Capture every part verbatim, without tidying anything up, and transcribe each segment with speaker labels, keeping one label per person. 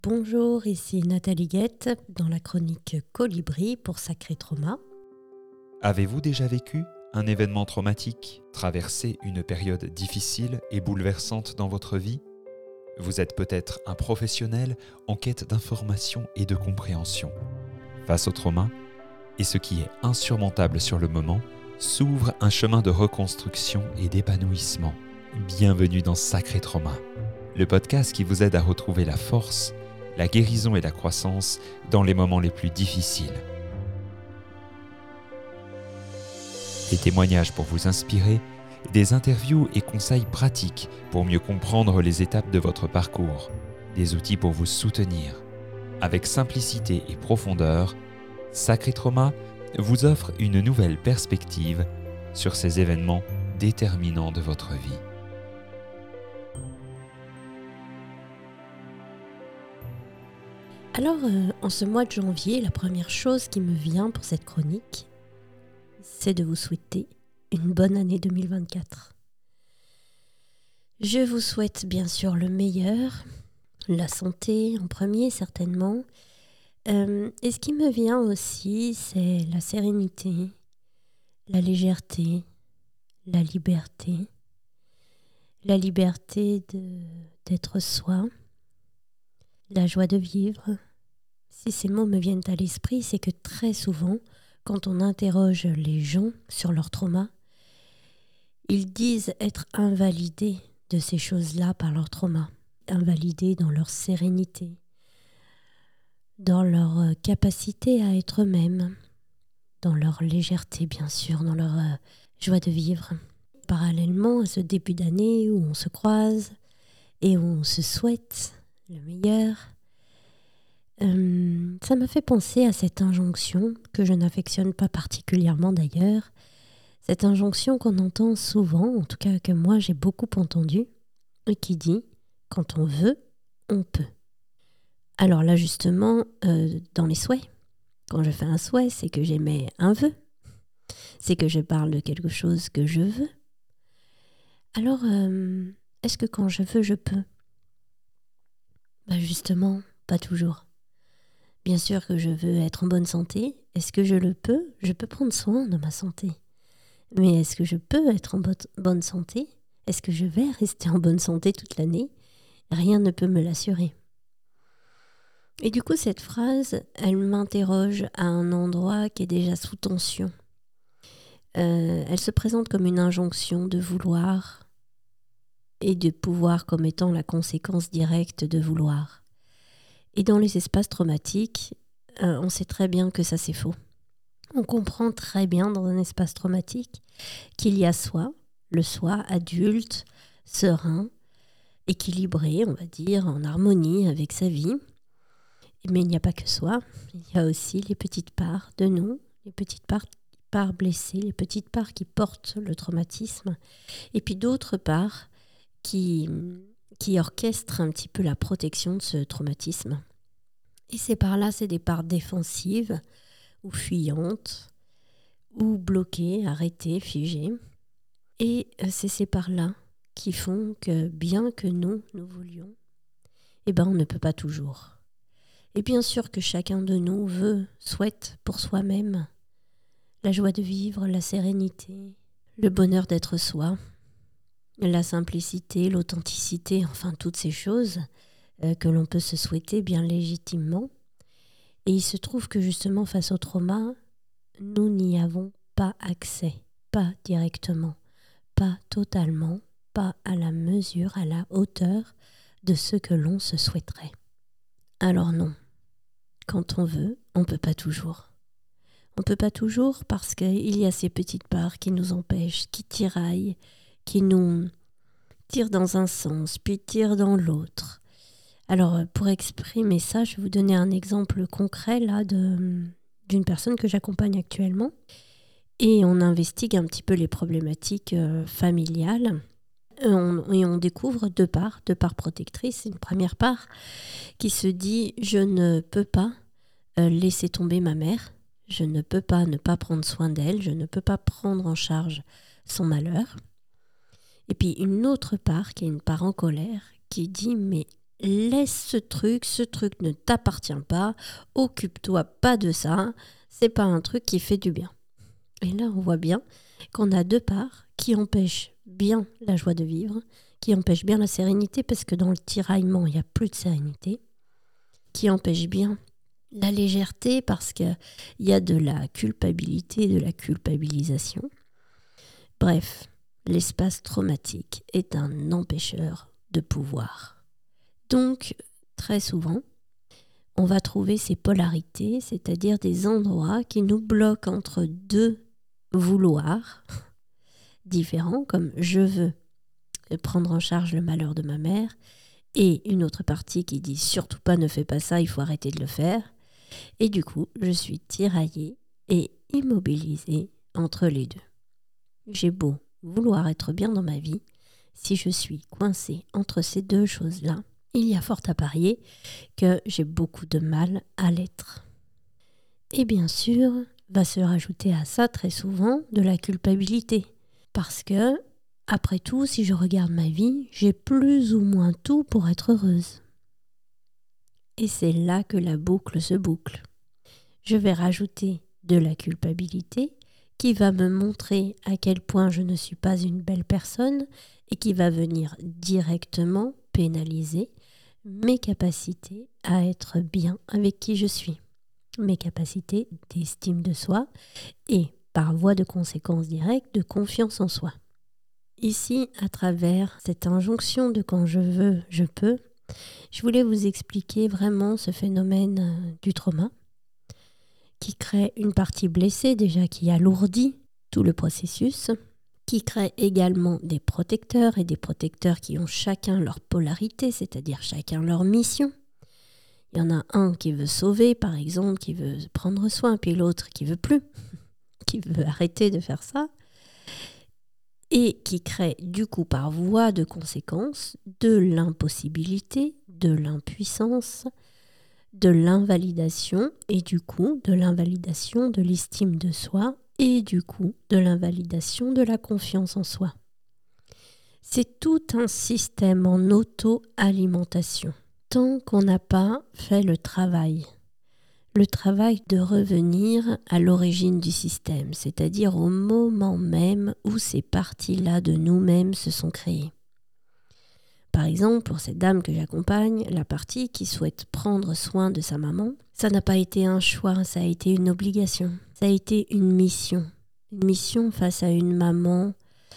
Speaker 1: Bonjour, ici Nathalie Guette dans la chronique Colibri pour Sacré Trauma.
Speaker 2: Avez-vous déjà vécu un événement traumatique, traversé une période difficile et bouleversante dans votre vie ? Vous êtes peut-être un professionnel en quête d'information et de compréhension. Face au trauma, et ce qui est insurmontable sur le moment, s'ouvre un chemin de reconstruction et d'épanouissement. Bienvenue dans Sacré Trauma, le podcast qui vous aide à retrouver la force, la guérison et la croissance dans les moments les plus difficiles. Des témoignages pour vous inspirer, des interviews et conseils pratiques pour mieux comprendre les étapes de votre parcours, des outils pour vous soutenir. Avec simplicité et profondeur, Sacré Trauma vous offre une nouvelle perspective sur ces événements déterminants de votre vie.
Speaker 1: Alors, euh, en ce mois de janvier, la première chose qui me vient pour cette chronique, c'est de vous souhaiter une bonne année deux mille vingt-quatre. Je vous souhaite bien sûr le meilleur, la santé en premier certainement. Euh, et ce qui me vient aussi, c'est la sérénité, la légèreté, la liberté. La liberté de, d'être soi, la joie de vivre. Si ces mots me viennent à l'esprit, c'est que très souvent, quand on interroge les gens sur leur trauma, ils disent être invalidés de ces choses-là par leur trauma, invalidés dans leur sérénité, dans leur capacité à être eux-mêmes, dans leur légèreté bien sûr, dans leur euh, joie de vivre. Parallèlement à ce début d'année où on se croise et où on se souhaite le meilleur, euh, ça m'a fait penser à cette injonction que je n'affectionne pas particulièrement d'ailleurs, cette injonction qu'on entend souvent, en tout cas que moi j'ai beaucoup entendue, et qui dit « quand on veut, on peut ». Alors là justement, euh, dans les souhaits, quand je fais un souhait, c'est que j'émets un vœu, c'est que je parle de quelque chose que je veux. Alors, euh, est-ce que quand je veux, je peux ? Ben justement, pas toujours. Bien sûr que je veux être en bonne santé. Est-ce que je le peux ? Je peux prendre soin de ma santé. Mais est-ce que je peux être en bo- bonne santé ? Est-ce que je vais rester en bonne santé toute l'année ? Rien ne peut me l'assurer. Et du coup, cette phrase, elle m'interroge à un endroit qui est déjà sous tension. Euh, elle se présente comme une injonction de vouloir et de pouvoir comme étant la conséquence directe de vouloir. Et dans les espaces traumatiques, euh, on sait très bien que ça c'est faux. On comprend très bien dans un espace traumatique qu'il y a soi, le soi adulte, serein, équilibré, on va dire, en harmonie avec sa vie. Mais il n'y a pas que soi, il y a aussi les petites parts de nous, les petites parts, parts blessées, les petites parts qui portent le traumatisme, et puis d'autres parts qui, qui orchestrent un petit peu la protection de ce traumatisme. Et ces parts-là, c'est des parts défensives ou fuyantes, ou bloquées, arrêtées, figées. Et c'est ces parts-là qui font que bien que nous, nous voulions, eh ben on ne peut pas toujours. Et bien sûr que chacun de nous veut, souhaite pour soi-même la joie de vivre, la sérénité, le bonheur d'être soi, la simplicité, l'authenticité, enfin toutes ces choses euh, que l'on peut se souhaiter bien légitimement. Et il se trouve que justement face au trauma, nous n'y avons pas accès, pas directement, pas totalement, pas à la mesure, à la hauteur de ce que l'on se souhaiterait. Alors non, quand on veut, on ne peut pas toujours. On ne peut pas toujours parce qu'il y a ces petites parts qui nous empêchent, qui tiraillent, qui nous tirent dans un sens, puis tirent dans l'autre. Alors, pour exprimer ça, je vais vous donner un exemple concret là, de, d'une personne que j'accompagne actuellement. Et on investigue un petit peu les problématiques euh, familiales. Et on, et on découvre deux parts, deux parts protectrices. Une première part qui se dit « je ne peux pas euh, laisser tomber ma mère ». Je ne peux pas ne pas prendre soin d'elle, je ne peux pas prendre en charge son malheur. Et puis une autre part, qui est une part en colère, qui dit « mais laisse ce truc, ce truc ne t'appartient pas, occupe-toi pas de ça, c'est pas un truc qui fait du bien. Et là, on voit bien qu'on a deux parts qui empêchent bien la joie de vivre, qui empêchent bien la sérénité, parce que dans le tiraillement, il n'y a plus de sérénité, qui empêchent bien la légèreté, parce qu'il y a de la culpabilité, de la culpabilisation. Bref, l'espace traumatique est un empêcheur de pouvoir. Donc, très souvent, on va trouver ces polarités, c'est-à-dire des endroits qui nous bloquent entre deux vouloirs différents, comme je veux prendre en charge le malheur de ma mère, et une autre partie qui dit surtout pas ne fais pas ça, il faut arrêter de le faire. Et du coup, je suis tiraillée et immobilisée entre les deux. J'ai beau vouloir être bien dans ma vie, si je suis coincée entre ces deux choses-là, il y a fort à parier que j'ai beaucoup de mal à l'être. Et bien sûr, va se rajouter à ça très souvent de la culpabilité. Parce que, après tout, si je regarde ma vie, j'ai plus ou moins tout pour être heureuse. Et c'est là que la boucle se boucle. Je vais rajouter de la culpabilité qui va me montrer à quel point je ne suis pas une belle personne et qui va venir directement pénaliser mes capacités à être bien avec qui je suis, mes capacités d'estime de soi et, par voie de conséquence directe, de confiance en soi. Ici, à travers cette injonction de quand je veux, je peux, je voulais vous expliquer vraiment ce phénomène du trauma qui crée une partie blessée déjà qui alourdit tout le processus, qui crée également des protecteurs et des protecteurs qui ont chacun leur polarité, c'est-à-dire chacun leur mission. Il y en a un qui veut sauver, par exemple, qui veut prendre soin, puis l'autre qui veut plus, qui veut arrêter de faire ça, et qui crée du coup par voie de conséquence de l'impossibilité, de l'impuissance, de l'invalidation, et du coup de l'invalidation de l'estime de soi, et du coup de l'invalidation de la confiance en soi. C'est tout un système en auto-alimentation. Tant qu'on n'a pas fait le travail, le travail de revenir à l'origine du système, c'est-à-dire au moment même où ces parties-là de nous-mêmes se sont créées. Par exemple, pour cette dame que j'accompagne, la partie qui souhaite prendre soin de sa maman, ça n'a pas été un choix, ça a été une obligation, ça a été une mission. Une mission face à une maman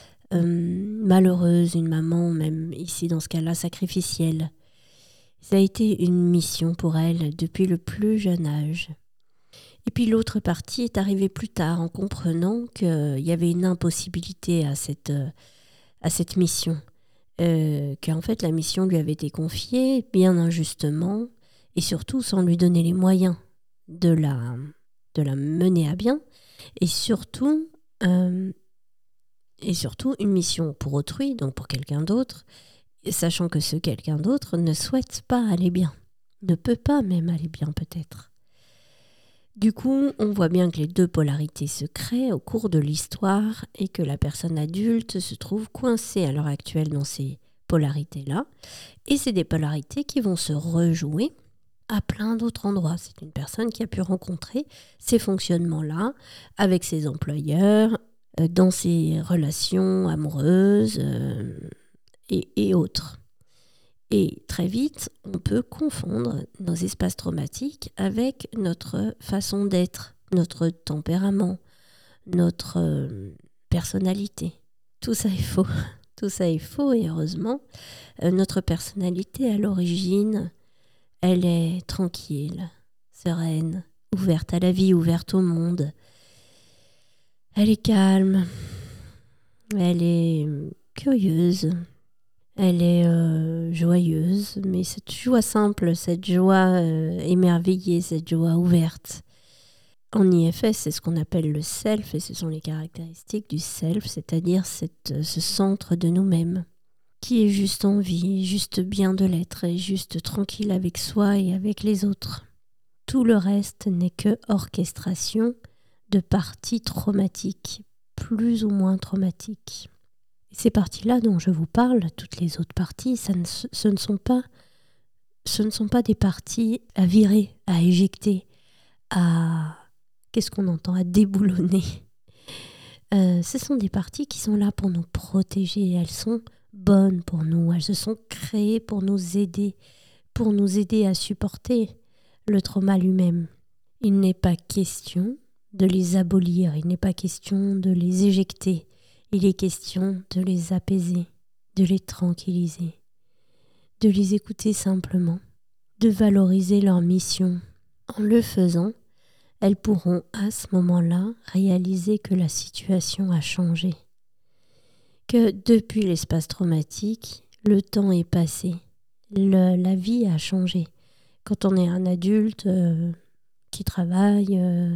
Speaker 1: euh, malheureuse, une maman même ici dans ce cas-là sacrificielle. Ça a été une mission pour elle depuis le plus jeune âge. Et puis l'autre partie est arrivée plus tard en comprenant qu'il y avait une impossibilité à cette, à cette mission. Euh, qu'en fait la mission lui avait été confiée bien injustement et surtout sans lui donner les moyens de la, de la mener à bien et surtout, euh, et surtout une mission pour autrui, donc pour quelqu'un d'autre, sachant que ce quelqu'un d'autre ne souhaite pas aller bien, ne peut pas même aller bien peut-être. Du coup, on voit bien que les deux polarités se créent au cours de l'histoire et que la personne adulte se trouve coincée à l'heure actuelle dans ces polarités-là. Et c'est des polarités qui vont se rejouer à plein d'autres endroits. C'est une personne qui a pu rencontrer ces fonctionnements-là avec ses employeurs, euh, dans ses relations amoureuses euh, et, et autres. Et très vite, on peut confondre nos espaces traumatiques avec notre façon d'être, notre tempérament, notre euh, personnalité. Tout ça est faux. Tout ça est faux et heureusement, euh, notre personnalité à l'origine, elle est tranquille, sereine, ouverte à la vie, ouverte au monde. Elle est calme, elle est curieuse. Elle est euh, joyeuse, mais cette joie simple, cette joie euh, émerveillée, cette joie ouverte. En I F S, c'est ce qu'on appelle le self, et ce sont les caractéristiques du self, c'est-à-dire cette, ce centre de nous-mêmes, qui est juste en vie, juste bien de l'être, et juste tranquille avec soi et avec les autres. Tout le reste n'est que orchestration de parties traumatiques, plus ou moins traumatiques. Ces parties-là dont je vous parle, toutes les autres parties, ça ne, ce ne sont pas ce ne sont pas des parties à virer, à éjecter, à... Qu'est-ce qu'on entend ? À déboulonner. Euh, ce sont des parties qui sont là pour nous protéger. Elles sont bonnes pour nous. Elles se sont créées pour nous aider, pour nous aider à supporter le trauma lui-même. Il n'est pas question de les abolir, il n'est pas question de les éjecter. Il est question de les apaiser, de les tranquilliser, de les écouter simplement, de valoriser leur mission. En le faisant, elles pourront à ce moment-là réaliser que la situation a changé, que depuis l'espace traumatique, le temps est passé, le, la vie a changé. Quand on est un adulte euh, qui travaille, euh,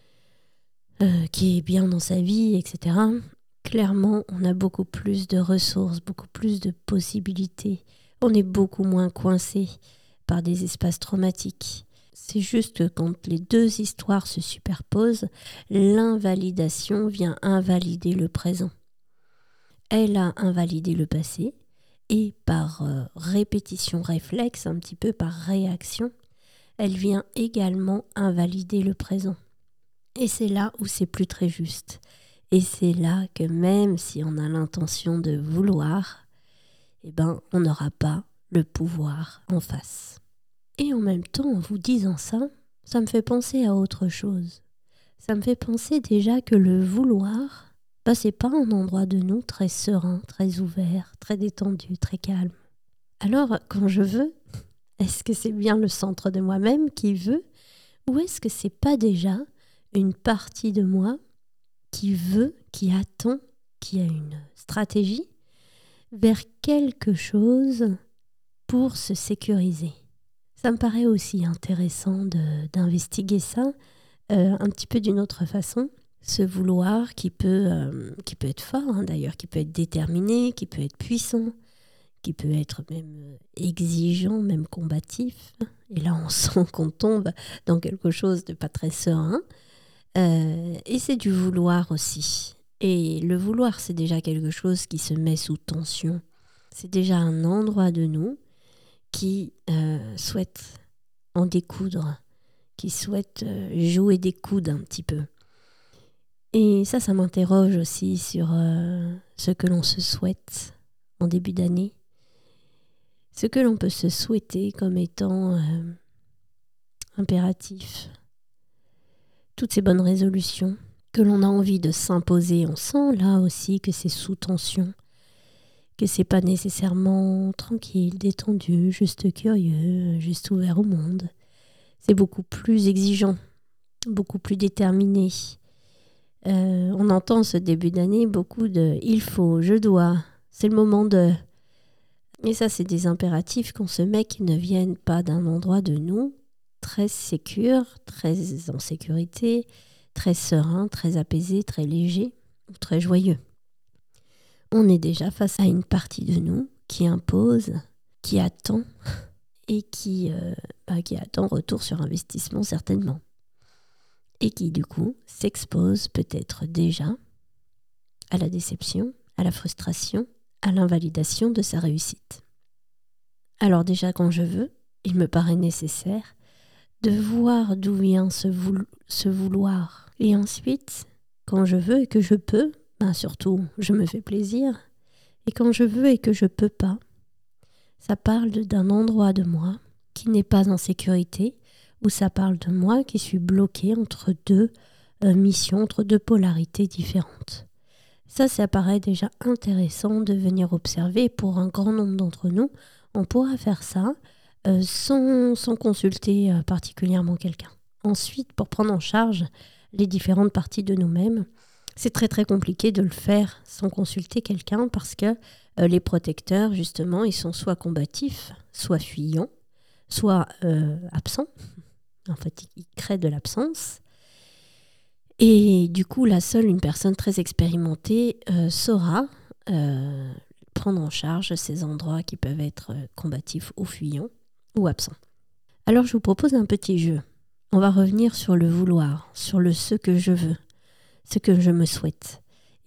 Speaker 1: euh, qui est bien dans sa vie, et cetera, clairement, on a beaucoup plus de ressources, beaucoup plus de possibilités. On est beaucoup moins coincé par des espaces traumatiques. C'est juste que quand les deux histoires se superposent, l'invalidation vient invalider le présent. Elle a invalidé le passé et par euh, répétition réflexe, un petit peu par réaction, elle vient également invalider le présent. Et c'est là où c'est plus très juste. Et c'est là que même si on a l'intention de vouloir, eh ben, on n'aura pas le pouvoir en face. Et en même temps, en vous disant ça, ça me fait penser à autre chose. Ça me fait penser déjà que le vouloir, bah, c'est pas un endroit de nous très serein, très ouvert, très détendu, très calme. Alors, quand je veux, est-ce que c'est bien le centre de moi-même qui veut, ou est-ce que c'est pas déjà une partie de moi qui veut, qui attend, qui a une stratégie vers quelque chose pour se sécuriser? Ça me paraît aussi intéressant de, d'investiguer ça euh, un petit peu d'une autre façon. Ce vouloir qui peut, euh, qui peut être fort, hein, d'ailleurs, qui peut être déterminé, qui peut être puissant, qui peut être même exigeant, même combatif. Et là, on sent qu'on tombe dans quelque chose de pas très serein. Euh, et c'est du vouloir aussi. Et le vouloir, c'est déjà quelque chose qui se met sous tension. C'est déjà un endroit de nous qui euh, souhaite en découdre, qui souhaite euh, jouer des coudes un petit peu. Et ça, ça m'interroge aussi sur euh, ce que l'on se souhaite en début d'année, ce que l'on peut se souhaiter comme étant euh, impératif. Toutes ces bonnes résolutions que l'on a envie de s'imposer, on sent là aussi que c'est sous tension, que c'est pas nécessairement tranquille, détendu, juste curieux, juste ouvert au monde. C'est beaucoup plus exigeant, beaucoup plus déterminé. Euh, on entend ce début d'année beaucoup de « il faut »,« je dois »,« c'est le moment de ». Et ça, c'est des impératifs qu'on se met qui ne viennent pas d'un endroit de nous très sécure, très en sécurité, très serein, très apaisé, très léger ou très joyeux. On est déjà face à une partie de nous qui impose, qui attend et qui, euh, bah, qui attend retour sur investissement certainement. Et qui du coup s'expose peut-être déjà à la déception, à la frustration, à l'invalidation de sa réussite. Alors déjà quand je veux, il me paraît nécessaire de voir d'où vient ce, vou- ce vouloir. Et ensuite, quand je veux et que je peux, ben surtout je me fais plaisir, et quand je veux et que je peux pas, ça parle d'un endroit de moi qui n'est pas en sécurité, ou ça parle de moi qui suis bloquée entre deux euh, missions, entre deux polarités différentes. Ça, ça paraît déjà intéressant de venir observer. Pour un grand nombre d'entre nous, on pourra faire ça euh, sans, sans consulter euh, particulièrement quelqu'un. Ensuite, pour prendre en charge les différentes parties de nous-mêmes, c'est très très compliqué de le faire sans consulter quelqu'un parce que euh, les protecteurs, justement, ils sont soit combatifs, soit fuyants, soit euh, absents. En fait, ils créent de l'absence. Et du coup, là, seule une personne très expérimentée euh, saura euh, prendre en charge ces endroits qui peuvent être combatifs ou fuyants ou absents. Alors, je vous propose un petit jeu. On va revenir sur le vouloir, sur le ce que je veux, ce que je me souhaite.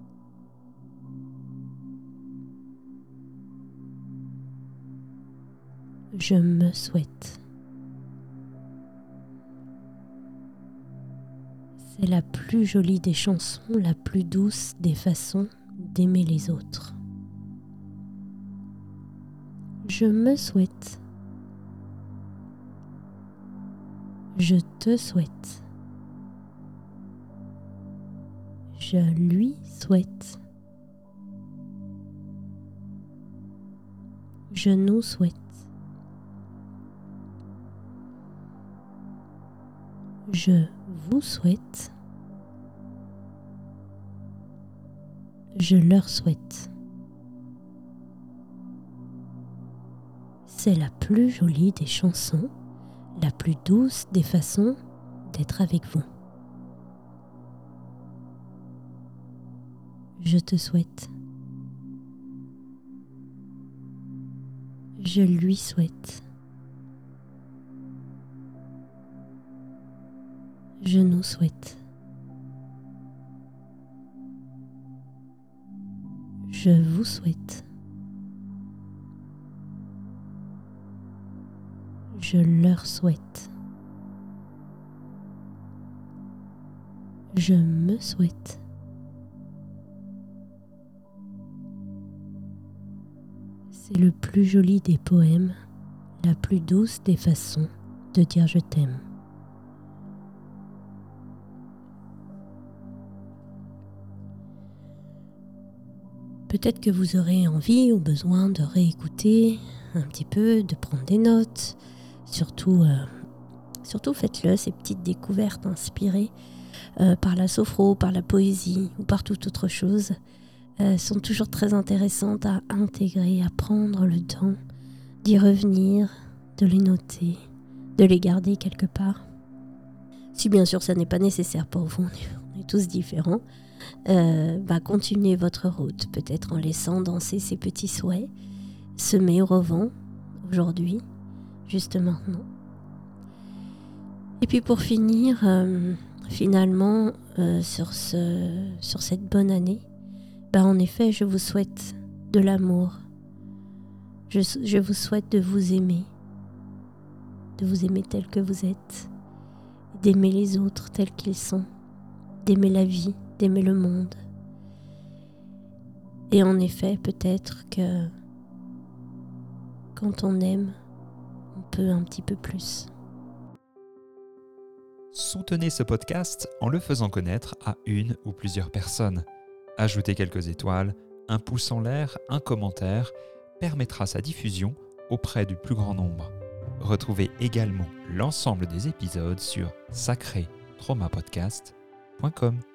Speaker 1: Je me souhaite C'est la plus jolie des chansons, la plus douce des façons d'aimer les autres. Je me souhaite. Je te souhaite. Je lui souhaite. Je nous souhaite. Je vous souhaite. Je leur souhaite. C'est la plus jolie des chansons, la plus douce des façons d'être avec vous. Je te souhaite. Je lui souhaite. Je nous souhaite. Je vous souhaite. Je leur souhaite. Je me souhaite. C'est le plus joli des poèmes, la plus douce des façons de dire je t'aime. Peut-être que vous aurez envie ou besoin de réécouter un petit peu, de prendre des notes. Surtout, euh, surtout faites-le, ces petites découvertes inspirées euh, par la sophro, par la poésie ou par toute autre chose euh, sont toujours très intéressantes à intégrer, à prendre le temps d'y revenir, de les noter, de les garder quelque part. Si bien sûr ça n'est pas nécessaire pour vous, on est tous différents. Euh, bah, continuez votre route, peut-être en laissant danser ces petits souhaits, semés au vent, aujourd'hui, juste maintenant. Et puis pour finir, euh, finalement, euh, sur, ce, sur cette bonne année, bah, en effet, je vous souhaite de l'amour. Je, je vous souhaite de vous aimer, de vous aimer tel que vous êtes, d'aimer les autres tels qu'ils sont, d'aimer la vie, d'aimer le monde. Et en effet, peut-être que quand on aime, on peut un petit peu plus.
Speaker 2: Soutenez ce podcast en le faisant connaître à une ou plusieurs personnes. Ajoutez quelques étoiles, un pouce en l'air, un commentaire permettra sa diffusion auprès du plus grand nombre. Retrouvez également l'ensemble des épisodes sur sacré trauma podcast point com.